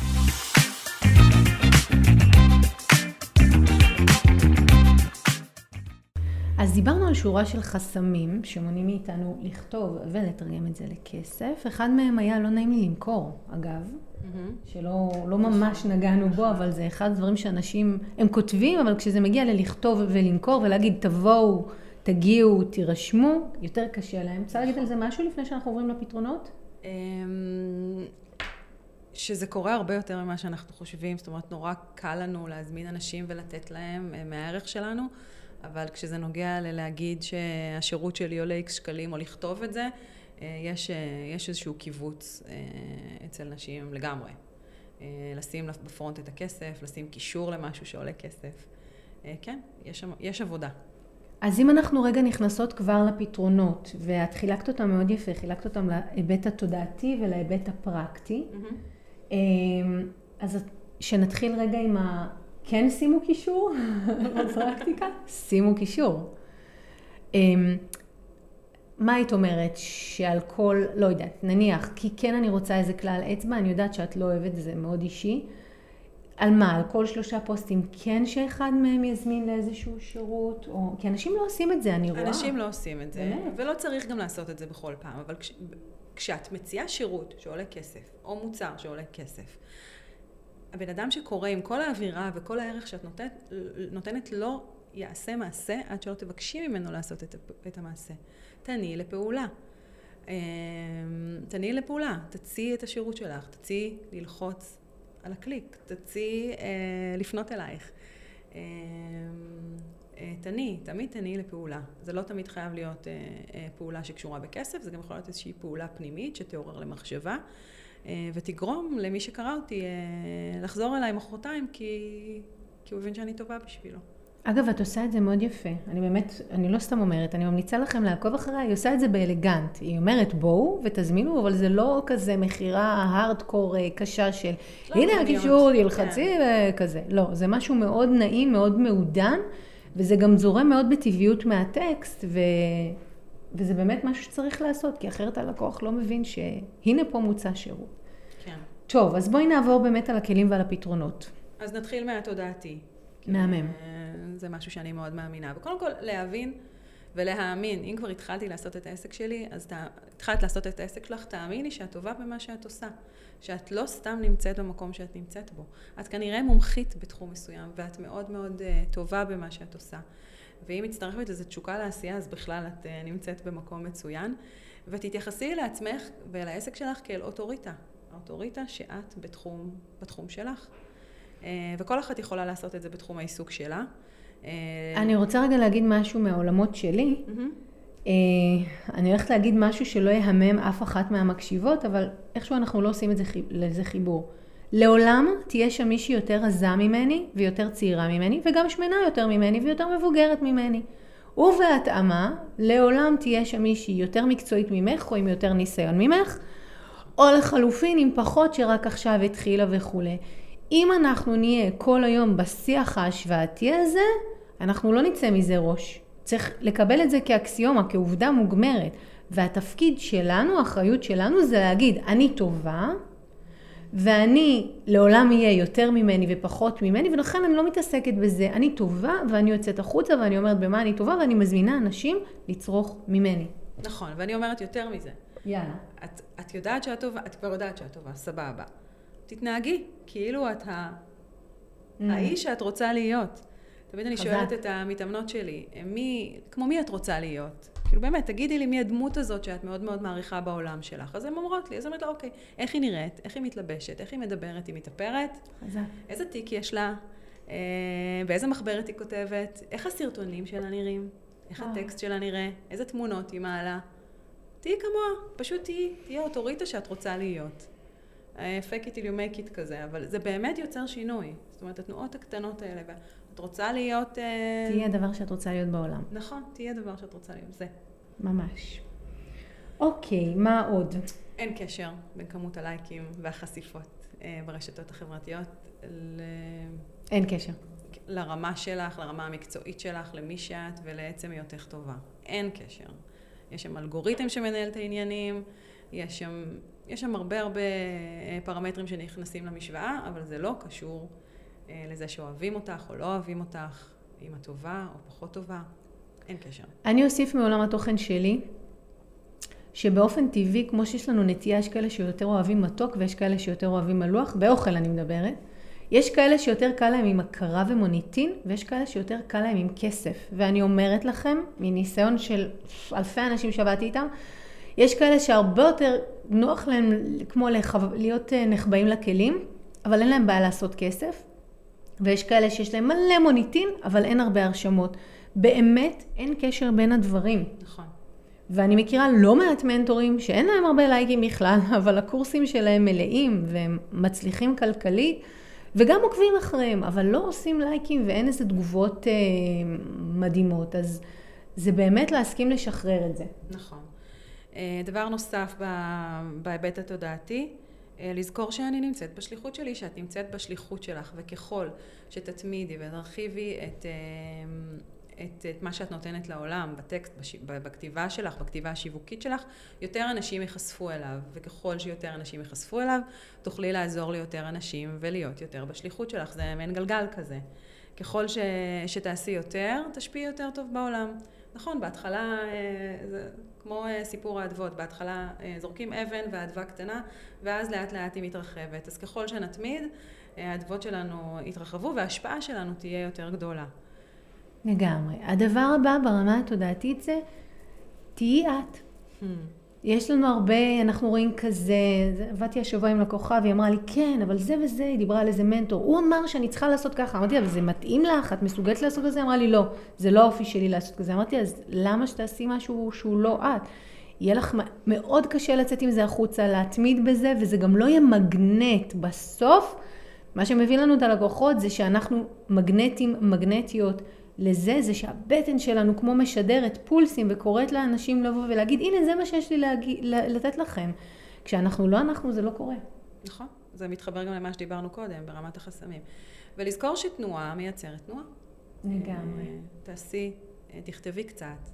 אז דיברנו על שורה של חסמים שמונעים מאיתנו לכתוב ולתרגם את זה לכסף. אחד מהם היה לא נעים לי למכור, אגב. שלא לא ממש נגענו בו, אבל זה אחד הדברים שאנשים, הם כותבים, אבל כשזה מגיע ללכתוב ולמכור ולהגיד תבואו, תגיעו, תירשמו, יותר קשה להם. רוצה להגיד על זה משהו לפני שאנחנו עוברים לפתרונות? שזה קורה הרבה יותר ממה שאנחנו חושבים, זאת אומרת נורא קל לנו להזמין אנשים ולתת להם מהערך שלנו, אבל כשזה נוגע ללהגיד שהשירות שלי עולה איקס שקלים או לכתוב את זה, יש, יש איזשהו קיבוץ אצל נשים לגמרי. לשים בפרונט את הכסף, לשים קישור למשהו שעולה כסף. כן, יש, יש עבודה. אז אם אנחנו רגע נכנסות כבר לפתרונות, ואת חילקת אותם מאוד יפה, חילקת אותם להיבט התודעתי ולהיבט הפרקטי, mm-hmm. אז שנתחיל רגע עם ה... כן שימו קישור בפרקטיקה? שימו קישור. מה היית אומרת שעל כל, לא יודעת, נניח, כי כן אני רוצה איזה כלל אצבע, אני יודעת שאת לא אוהבת, זה מאוד אישי. על מה? על כל שלושה פוסטים כן שאחד מהם יזמין לאיזשהו שירות? או... כי אנשים לא עושים את זה, אני רואה. אנשים לא עושים את זה, באמת? ולא צריך גם לעשות את זה בכל פעם, אבל כש... כשאת מציעה שירות שעולה כסף, או מוצר שעולה כסף, הבן אדם שקורא עם כל האווירה וכל הערך שאת נותנת, נותנת לא יעשה מעשה עד שלא תבקשי ממנו לעשות את, את המעשה. תניעי לפעולה. תניעי לפעולה. תציעי את השירות שלך. תציעי ללחוץ על הקליק. תציעי לפנות אלייך. תניעי, תמיד תניעי לפעולה. זה לא תמיד חייב להיות פעולה שקשורה בכסף, זה גם יכול להיות איזושהי פעולה פנימית שתעורר למחשבה. ותגרום למי שקרא אותי לחזור אליי מחרתיים, כי, כי הוא מבין שאני טובה בשבילו. אגב, את עושה את זה מאוד יפה. אני באמת, אני לא סתם אומרת, אני ממליצה לכם לעקוב אחריה, היא עושה את זה באלגנט. היא אומרת בואו ותזמינו, אבל זה לא כזה מחירה הארדקור קשה של, הנה הקישור, ילחצי וכזה. לא, זה משהו מאוד נעים, מאוד מעודן, וזה גם זורם מאוד בטבעיות מהטקסט, ו... וזה באמת משהו שצריך לעשות, כי אחרת הלקוח לא מבין שהנה פה מוצא שירות. כן. טוב, אז בואי נעבור באמת על הכלים ועל הפתרונות. אז נתחיל מהתודעתי. מהמם. זה משהו שאני מאוד מאמינה. וקודם כל, להבין ולהאמין. אם כבר התחלתי לעשות את העסק שלי, אז התחלת לעשות את העסק שלך, תאמיני שאת טובה במה שאת עושה. שאת לא סתם נמצאת במקום שאת נמצאת בו. את כנראה מומחית בתחום מסוים, ואת מאוד מאוד טובה במה שאת עושה. ואם מצטרפת לזה תשוקה לעשייה, אז בכלל את נמצאת במקום מצוין. ותתייחסי לעצמך ולעסק שלך כאל אוטוריטה. האוטוריטה שאת בתחום, בתחום שלך. וכל אחת יכולה לעשות את זה בתחום העיסוק שלה. אני רוצה רגע להגיד משהו מהעולמות שלי. אני הולכת להגיד משהו שלא יהמם אף אחת מהמקשיבות, אבל איכשהו אנחנו לא עושים את זה, לזה חיבור. לעולם תהיה שם מישהי יותר רזה ממני ויותר צעירה ממני, וגם שמנה יותר ממני ויותר מבוגרת ממני. ובהתאמה, לעולם תהיה שם מישהי יותר מקצועית ממך או עם יותר ניסיון ממך, או לחלופין עם פחות שרק עכשיו התחילה וכו'. אם אנחנו נהיה כל היום בשיח ההשוואתי הזה, אנחנו לא נצא מזה ראש. צריך לקבל את זה כאקסיומה, כעובדה מוגמרת. והתפקיד שלנו, האחריות שלנו זה להגיד, אני טובה, ואני לעולם יהיה יותר ממני ופחות ממני, ולכן אני לא מתעסקת בזה. אני טובה ואני יוצאת החוצה ואני אומרת במה אני טובה, ואני מזמינה אנשים לצרוך ממני. נכון, ואני אומרת יותר מזה. יאללה. את, את יודעת שאת טובה, את כבר יודעת שאת טובה, סבבה. תתנהגי, כאילו את ה... mm. האיש שאת רוצה להיות. תמיד אני שואלת את המתאמנות שלי, מי, כמו מי את רוצה להיות? כאילו באמת, תגידי לי מי הדמות הזאת שאת מאוד מאוד מעריכה בעולם שלך. אז הן אומרות לי, אז אני אומרת לה, אוקיי, איך היא נראית? איך היא מתלבשת? איך היא מדברת? היא מתאפרת? חזק. איזה תיק יש לה? אה, באיזה מחברת היא כותבת? איך הסרטונים שלה נראים? איך הטקסט שלה נראה? איזה תמונות היא מעלה? תהיי כמוה, פשוט תהיי, תהיי האוטוריטה שאת רוצה להיות. fake it till you make it כזה, אבל זה באמת יוצר שינוי. זאת אומרת, התנועות הקטנות האלה, ואת רוצה להיות... תהיי הדבר שאת רוצה להיות בעולם. נכון, תהיי הדבר שאת רוצה להיות, זה. ממש. אוקיי, מה עוד? אין קשר בין כמות הלייקים והחשיפות ברשתות החברתיות ל... אין קשר. לרמה שלך, לרמה המקצועית שלך, למי שאת ולעצם היותך טובה. אין קשר. יש שם אלגוריתם שמנהל את העניינים, יש שם, יש שם הרבה הרבה פרמטרים שנכנסים למשוואה, אבל זה לא קשור לזה שאוהבים אותך או לא אוהבים אותך, אם את טובה או פחות טובה. אין קשר. אני אוסיף מעולם התוכן שלי, שבאופן טבעי, כמו שיש לנו נטייה, יש כאלה שיותר אוהבים מתוק ויש כאלה שיותר אוהבים מלוח, באוכל אני מדברת. יש כאלה שיותר קל להם עם הכרה ומוניטין, ויש כאלה שיותר קל להם עם כסף. ואני אומרת לכם, מניסיון של אלפי אנשים שעבדתי איתם, יש כאלה שהרבה יותר נוח להם כמו לחו... להיות נחבאים לכלים, אבל אין להם בעיה לעשות כסף. ויש כאלה שיש להם מלא מוניטין, אבל אין הרבה הרשמות. באמת אין קשר בין הדברים. נכון. ואני מכירה לא מעט מנטורים שאין להם הרבה לייקים בכלל, אבל הקורסים שלהם מלאים והם מצליחים כלכלית, וגם עוקבים אחריהם, אבל לא עושים לייקים ואין איזה תגובות אה, מדהימות. אז זה באמת להסכים לשחרר את זה. נכון. אה, דבר נוסף בהיבט התודעתי, אה, לזכור שאני נמצאת בשליחות שלי, שאת נמצאת בשליחות שלך, וככל שתתמידי ותרחיבי את... אה, את, את מה שאת נותנת לעולם, בטקסט, בש... בכתיבה שלך, בכתיבה השיווקית שלך, יותר אנשים יחשפו אליו, וככל שיותר אנשים יחשפו אליו, תוכלי לעזור ליותר אנשים ולהיות יותר בשליחות שלך. זה מעין גלגל כזה. ככל ש... שתעשי יותר, תשפיעי יותר טוב בעולם. נכון, בהתחלה, זה כמו סיפור האדוות, בהתחלה זורקים אבן והאדווה קטנה, ואז לאט לאט היא מתרחבת. אז ככל שנתמיד, האדוות שלנו יתרחבו, וההשפעה שלנו תהיה יותר גדולה. לגמרי. הדבר הבא ברמה התודעתית זה, תהיי את. Hmm. יש לנו הרבה, אנחנו רואים כזה, עבדתי השבוע עם לקוחה והיא אמרה לי, כן, אבל זה וזה, היא דיברה על איזה מנטור. הוא אמר שאני צריכה לעשות ככה. אמרתי לה, אבל זה מתאים לך? את מסוגלת לעשות כזה? אמרה לי, לא, זה לא האופי שלי לעשות כזה. אמרתי, אז למה שתעשי משהו שהוא לא את? יהיה לך מאוד קשה לצאת עם זה החוצה, להתמיד בזה, וזה גם לא יהיה מגנט. בסוף, מה שמביא לנו את הלקוחות זה שאנחנו מגנטים, מגנטיות, לזה זה שהבטן שלנו כמו משדרת פולסים וקוראת לאנשים לבוא ולהגיד, הנה זה מה שיש לי להגיד, לתת לכם. כשאנחנו לא אנחנו זה לא קורה. נכון, זה מתחבר גם למה שדיברנו קודם ברמת החסמים. ולזכור שתנועה מייצרת תנועה. לגמרי. תעשי, תכתבי קצת,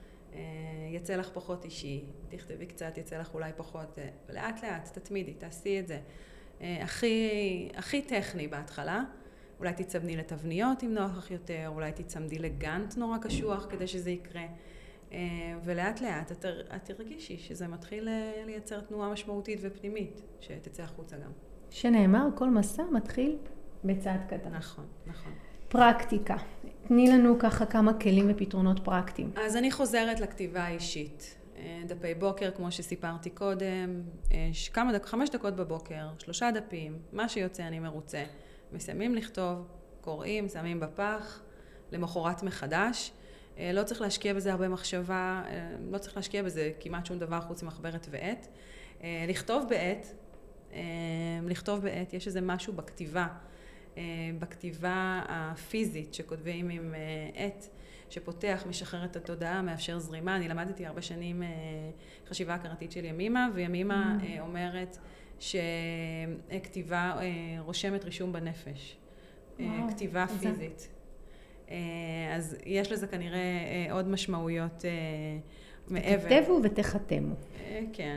יצא לך פחות אישי, תכתבי קצת, יצא לך אולי פחות, לאט לאט תתמידי, תעשי את זה. הכי, הכי טכני בהתחלה. אולי תצמדי לתבניות אם נוח לך יותר, אולי תצמדי לגנט נורא קשוח כדי שזה יקרה. ולאט לאט את, את תרגישי שזה מתחיל לייצר תנועה משמעותית ופנימית, שתצא החוצה גם. שנאמר, כל מסע מתחיל בצעד קטן. נכון, נכון. פרקטיקה. תני לנו ככה כמה כלים ופתרונות פרקטיים. אז אני חוזרת לכתיבה האישית. דפי בוקר, כמו שסיפרתי קודם, כמה דק, חמש דקות בבוקר, שלושה דפים, מה שיוצא אני מרוצה. מסיימים לכתוב, קוראים, שמים בפח, למחרת מחדש. לא צריך להשקיע בזה הרבה מחשבה, לא צריך להשקיע בזה כמעט שום דבר חוץ ממחברת ועט. לכתוב בעט, לכתוב בעט, יש איזה משהו בכתיבה, בכתיבה הפיזית שכותבים עם עט, שפותח, משחרר את התודעה, מאפשר זרימה. אני למדתי הרבה שנים חשיבה הכרתית של ימימה, וימימה mm. אומרת שכתיבה רושמת רישום בנפש. וואו, כתיבה פיזית. אז יש לזה כנראה עוד משמעויות מעבר. תכתבו ותחתמו. כן.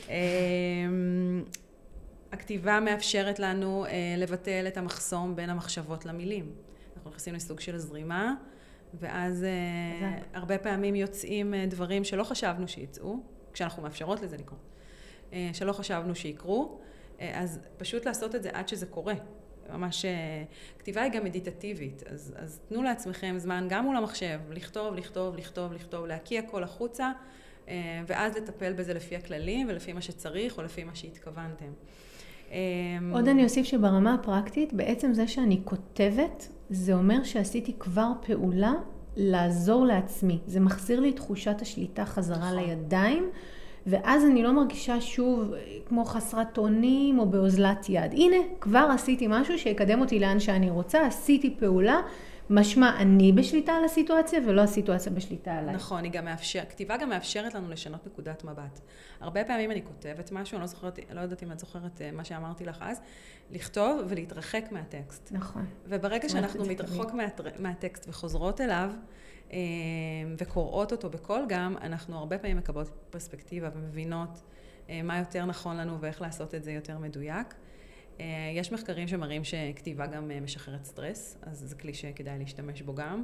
הכתיבה מאפשרת לנו לבטל את המחסום בין המחשבות למילים. אנחנו נכנסים לסוג של זרימה, ואז הרבה פעמים יוצאים דברים שלא חשבנו שיצאו, כשאנחנו מאפשרות לזה לקרות, שלא חשבנו שיקרו, אז פשוט לעשות את זה עד שזה קורה. ממש, כתיבה היא גם מדיטטיבית, אז, אז תנו לעצמכם זמן גם מול המחשב, לכתוב, לכתוב, לכתוב, לכתוב, להקיע כל החוצה, ואז לטפל בזה לפי הכללים ולפי מה שצריך או לפי מה שהתכוונתם. עוד אני אוסיף שברמה הפרקטית, בעצם זה שאני כותבת, זה אומר שעשיתי כבר פעולה לעזור לעצמי. זה מחזיר לי תחושת השליטה חזרה לידיים, ואז אני לא מרגישה שוב כמו חסרת אונים או באוזלת יד. הנה, כבר עשיתי משהו שיקדם אותי לאן שאני רוצה, עשיתי פעולה, משמע אני בשליטה על הסיטואציה ולא הסיטואציה בשליטה עליי. נכון, היא גם מאפשר, כתיבה גם מאפשרת לנו לשנות נקודת מבט. הרבה פעמים אני כותבת משהו, אני לא זוכרת, לא יודעת אם את זוכרת מה שאמרתי לך אז, לכתוב ולהתרחק מהטקסט. נכון. וברגע שאנחנו מתרחוק מהטקסט וחוזרות אליו, וקוראות אותו בכל גם, אנחנו הרבה פעמים מקבלות פרספקטיבה ומבינות מה יותר נכון לנו ואיך לעשות את זה יותר מדויק. יש מחקרים שמראים שכתיבה גם משחררת סטרס, אז זה כלי שכדאי להשתמש בו גם.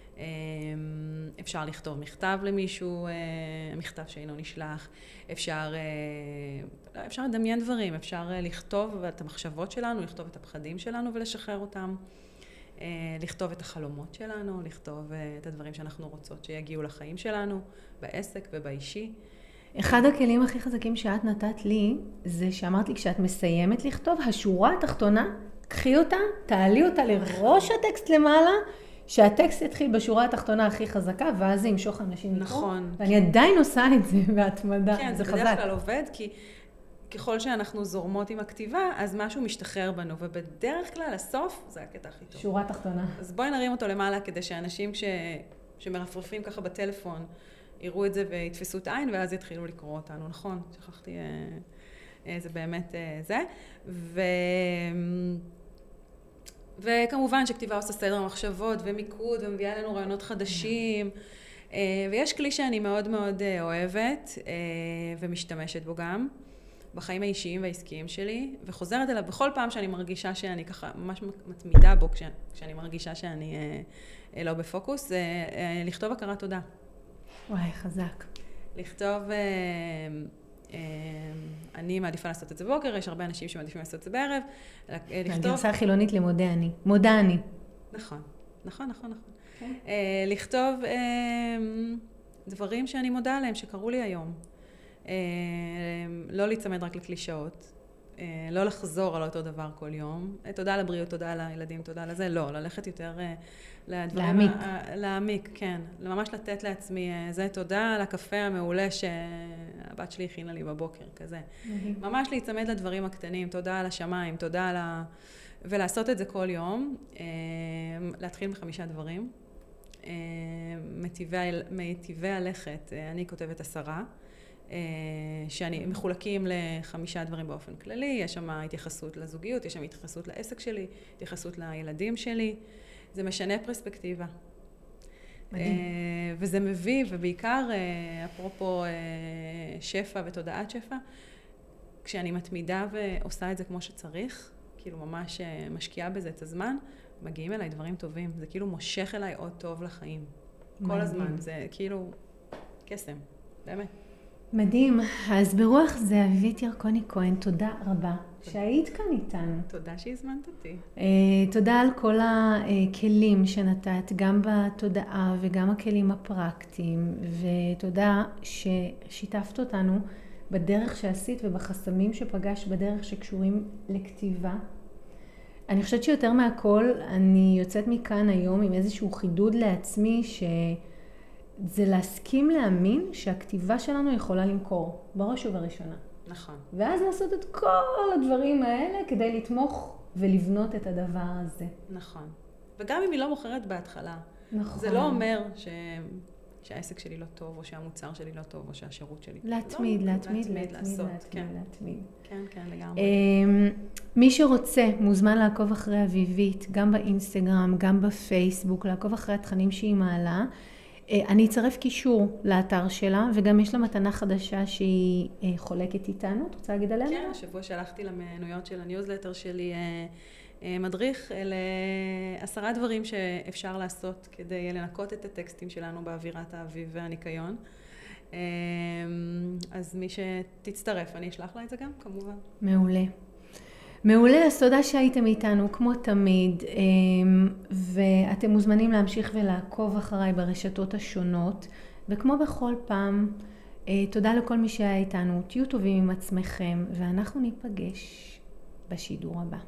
אפשר לכתוב מכתב למישהו, מכתב שאינו נשלח, אפשר, אפשר לדמיין דברים, אפשר לכתוב את המחשבות שלנו, לכתוב את הפחדים שלנו ולשחרר אותם. לכתוב את החלומות שלנו, לכתוב את הדברים שאנחנו רוצות שיגיעו לחיים שלנו, בעסק ובאישי. אחד הכלים הכי חזקים שאת נתת לי, זה שאמרת לי, כשאת מסיימת לכתוב, השורה התחתונה, קחי אותה, תעלי אותה לראש הטקסט למעלה, שהטקסט יתחיל בשורה התחתונה הכי חזקה, ואז זה ימשוך אנשים לקרוא. נכון. ואני עדיין עושה את זה בהתמדה, כן, זה חזק. כן, זה בדרך כלל עובד, כי ככל שאנחנו זורמות עם הכתיבה, אז משהו משתחרר בנו, ובדרך כלל, הסוף, זה הקטע הכי טוב. שורה תחתונה. אז בואי נרים אותו למעלה, כדי שאנשים ש... שמרפרפים ככה בטלפון, יראו את זה ויתפסו את העין, ואז יתחילו לקרוא אותנו, נכון? שכחתי, זה באמת זה. ו... וכמובן שכתיבה עושה סדר מחשבות ומיקוד, ומביאה לנו רעיונות חדשים, ויש כלי שאני מאוד מאוד אוהבת, ומשתמשת בו גם. בחיים האישיים והעסקיים שלי, וחוזרת אליו בכל פעם שאני מרגישה שאני ככה ממש מתמידה בו, כשאני, כשאני מרגישה שאני אה, לא בפוקוס, זה אה, לכתוב הכרת תודה. וואי, חזק. לכתוב, אה, אה, אני מעדיפה לעשות את זה בוקר, יש הרבה אנשים שמעדיפים לעשות את זה בערב, אה, לכתוב... הגרסה החילונית למודה אני, מודה אני. נכון, נכון, נכון, נכון. Okay. אה, לכתוב אה, דברים שאני מודה עליהם, שקרו לי היום. לא להצמד רק לקלישאות, לא לחזור על אותו דבר כל יום, תודה על הבריאות, תודה על הילדים, תודה על זה, לא, ללכת יותר לדברים... להעמיק. להעמיק, כן. ממש לתת לעצמי, זה תודה על הקפה המעולה שהבת שלי הכינה לי בבוקר, כזה. ממש להצמד לדברים הקטנים, תודה על השמיים, תודה על ה... ולעשות את זה כל יום, להתחיל מחמישה דברים. מיטיבי הלכת, אני כותבת עשרה, שאני מחולקים לחמישה דברים באופן כללי, יש שם התייחסות לזוגיות, יש שם התייחסות לעסק שלי, התייחסות לילדים שלי, זה משנה פרספקטיבה. מדהים. וזה מביא, ובעיקר, אפרופו שפע ותודעת שפע, כשאני מתמידה ועושה את זה כמו שצריך, כאילו ממש משקיעה בזה את הזמן, מגיעים אליי דברים טובים, זה כאילו מושך אליי עוד טוב לחיים. מדהים. כל הזמן, זה כאילו קסם, באמת. מדהים. אז ברוח זה אביבית ירקוני כהן, תודה רבה שהיית כאן איתנו. תודה שהזמנת אותי. תודה על כל הכלים שנתת, גם בתודעה וגם הכלים הפרקטיים, ותודה ששיתפת אותנו בדרך שעשית ובחסמים שפגש בדרך שקשורים לכתיבה. אני חושבת שיותר מהכל אני יוצאת מכאן היום עם איזשהו חידוד לעצמי ש... זה להסכים להאמין שהכתיבה שלנו יכולה למכור, בראש ובראשונה. נכון. ואז לעשות את כל הדברים האלה כדי לתמוך ולבנות את הדבר הזה. נכון. וגם אם היא לא מוכרת בהתחלה. נכון. זה לא אומר ש... שהעסק שלי לא טוב, או שהמוצר שלי לא טוב, או שהשירות שלי. להתמיד, לא, להתמיד, להתמיד, להתמיד, לעשות, להתמיד, כן. להתמיד. כן, כן, לגמרי. מי שרוצה מוזמן לעקוב אחרי אביבית, גם באינסטגרם, גם בפייסבוק, לעקוב אחרי התכנים שהיא מעלה. אני אצרף קישור לאתר שלה, וגם יש לה מתנה חדשה שהיא חולקת איתנו. את רוצה להגיד עליה? כן, השבוע שלחתי למנויות של הניוזלטר שלי מדריך לעשרה דברים שאפשר לעשות כדי לנקות את הטקסטים שלנו באווירת האביב והניקיון. אז מי שתצטרף, אני אשלח לה את זה גם, כמובן. מעולה. מעולה, אז תודה שהייתם איתנו, כמו תמיד, ואתם מוזמנים להמשיך ולעקוב אחריי ברשתות השונות, וכמו בכל פעם, תודה לכל מי שהיה איתנו, תהיו טובים עם עצמכם, ואנחנו ניפגש בשידור הבא.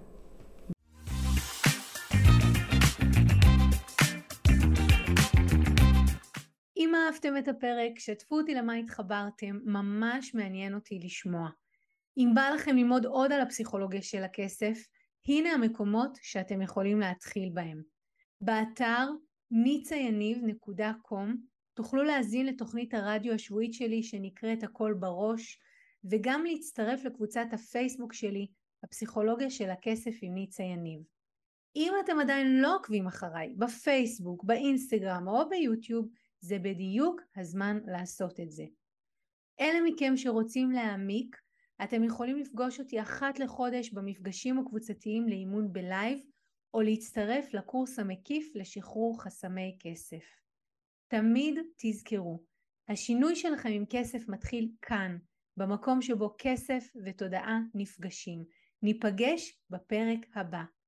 אם אהבתם את הפרק, שתפו אותי למה התחברתם, ממש מעניין אותי לשמוע. אם בא לכם ללמוד עוד על הפסיכולוגיה של הכסף, הנה המקומות שאתם יכולים להתחיל בהם. באתר ניצה יניב נקודה קום תוכלו להזין לתוכנית הרדיו השבועית שלי שנקראת הכל בראש, וגם להצטרף לקבוצת הפייסבוק שלי, הפסיכולוגיה של הכסף עם ניצה יניב. אם אתם עדיין לא עוקבים אחריי בפייסבוק, באינסטגרם או ביוטיוב, זה בדיוק הזמן לעשות את זה. אלה מכם שרוצים להעמיק, אתם יכולים לפגוש אותי אחת לחודש במפגשים הקבוצתיים לאימון בלייב, או להצטרף לקורס המקיף לשחרור חסמי כסף. תמיד תזכרו, השינוי שלכם עם כסף מתחיל כאן, במקום שבו כסף ותודעה נפגשים. ניפגש בפרק הבא.